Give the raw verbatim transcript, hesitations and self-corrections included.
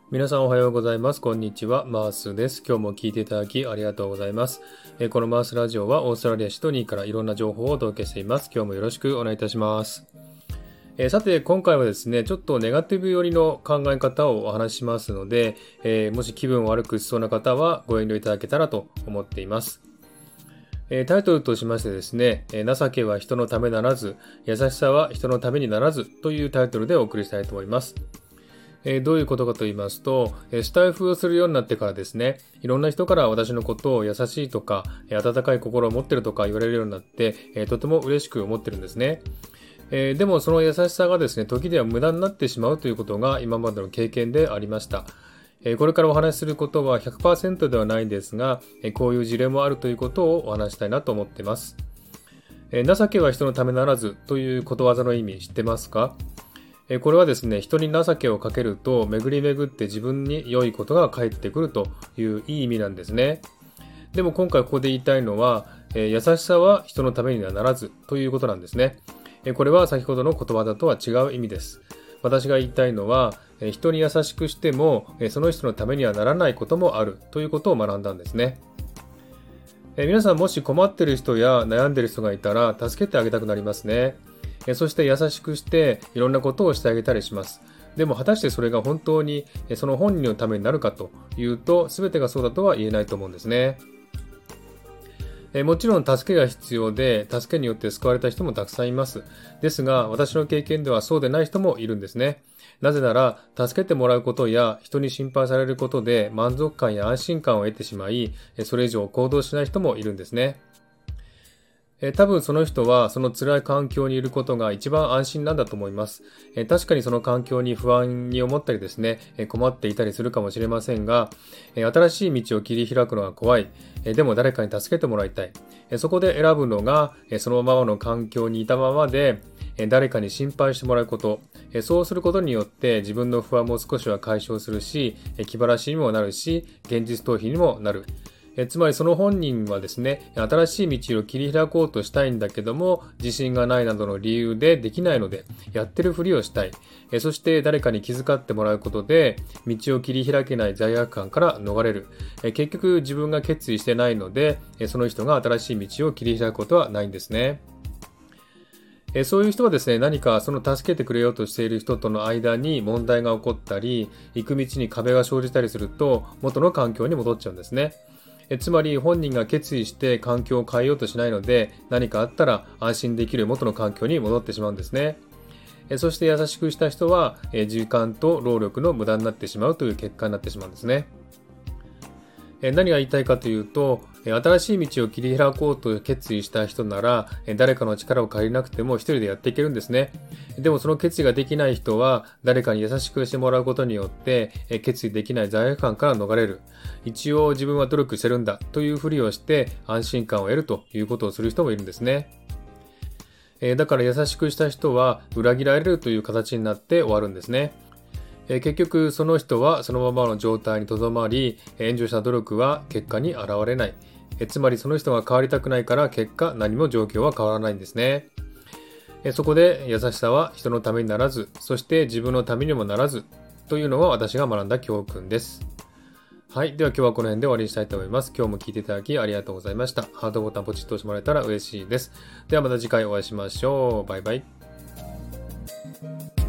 皆さんおはようございます。こんにちは。マースです。今日も聞いていただきありがとうございます。えーこのマースラジオはオーストラリアシドニーからいろんな情報をお届けしています。今日もよろしくお願いいたします。えーさて、今回はですね、ちょっとネガティブ寄りの考え方をお話ししますので、えーもし気分を悪くしそうな方はご遠慮いただけたらと思っています。えータイトルとしましてですね、えー情けは人のためならず、優しさは人のためにならずというタイトルでお送りしたいと思います。えーどういうことかと言いますと、えースタイフをするようになってからですね、いろんな人から私のことを優しいとか、えー温かい心を持ってるとか言われるようになって、えーとても嬉しく思ってるんですね。えーでもその優しさがですね、時では無駄になってしまうということが今までの経験でありました。えーこれからお話しすることは ひゃくパーセント ではないんですが、えーこういう事例もあるということをお話したいなと思っています。えー情けは人のためならずということわざの意味知ってますか？これはですね、人に情けをかけると巡り巡って自分に良いことが返ってくるといういい意味なんですね。でも今回ここで言いたいのは、優しさは人のためにはならずということなんですね。これは先ほどの言葉だとは違う意味です。私が言いたいのは、人に優しくしてもその人のためにはならないこともあるということを学んだんですね。皆さんもし困っている人や悩んでいる人がいたら助けてあげたくなりますね。そして優しくしていろんなことをしてあげたりします。でも果たしてそれが本当にその本人のためになるかというと、全てがそうだとは言えないと思うんですね。もちろん助けが必要で、助けによって救われた人もたくさんいます。ですが、私の経験ではそうでない人もいるんですね。なぜなら、助けてもらうことや人に心配されることで満足感や安心感を得てしまい、それ以上行動しない人もいるんですね。えー多分その人はその辛い環境にいることが一番安心なんだと思います。えー確かにその環境に不安に思ったりですね、えー困っていたりするかもしれませんが、えー新しい道を切り開くのが怖い。えーでも誰かに助けてもらいたい。えーそこで選ぶのが、えーそのままの環境にいたままで、えー誰かに心配してもらうこと。えーそうすることによって自分の不安も少しは解消するし、えー気晴らしにもなるし、現実逃避にもなる。えつまりその本人はですね、新しい道を切り開こうとしたいんだけども、自信がないなどの理由でできないので、やってるふりをしたい。えそして誰かに気遣ってもらうことで、道を切り開けない罪悪感から逃れる。え結局自分が決意してないので、えその人が新しい道を切り開くことはないんですね。えそういう人はですね、何かその助けてくれようとしている人との間に問題が起こったり、行く道に壁が生じたりすると、元の環境に戻っちゃうんですね。えつまり本人が決意して環境を変えようとしないので、何かあったら安心できる元の環境に戻ってしまうんですね。えそして優しくした人は、え時間と労力の無駄になってしまうという結果になってしまうんですね。え何が言いたいかというと、え新しい道を切り開こうと決意した人なら、え誰かの力を借りなくても一人でやっていけるんですね。でもその決意ができない人は、誰かに優しくしてもらうことによって、え決意できない罪悪感から逃れる。一応自分は努力してるんだというふりをして安心感を得るということをする人もいるんですね。えだから優しくした人は裏切られるという形になって終わるんですね。えー結局その人はそのままの状態にとどまり、援助した努力は結果に現れない。えーつまりその人が変わりたくないから結果何も状況は変わらないんですね。えーそこで優しさは人のためにならず、そして自分のためにもならずというのは私が学んだ教訓です。はい。では今日はこの辺で終わりにしたいと思います。今日も聞いていただきありがとうございました。ハートボタンポチッと押してもらえたら嬉しいです。ではまた次回お会いしましょう。バイバイ。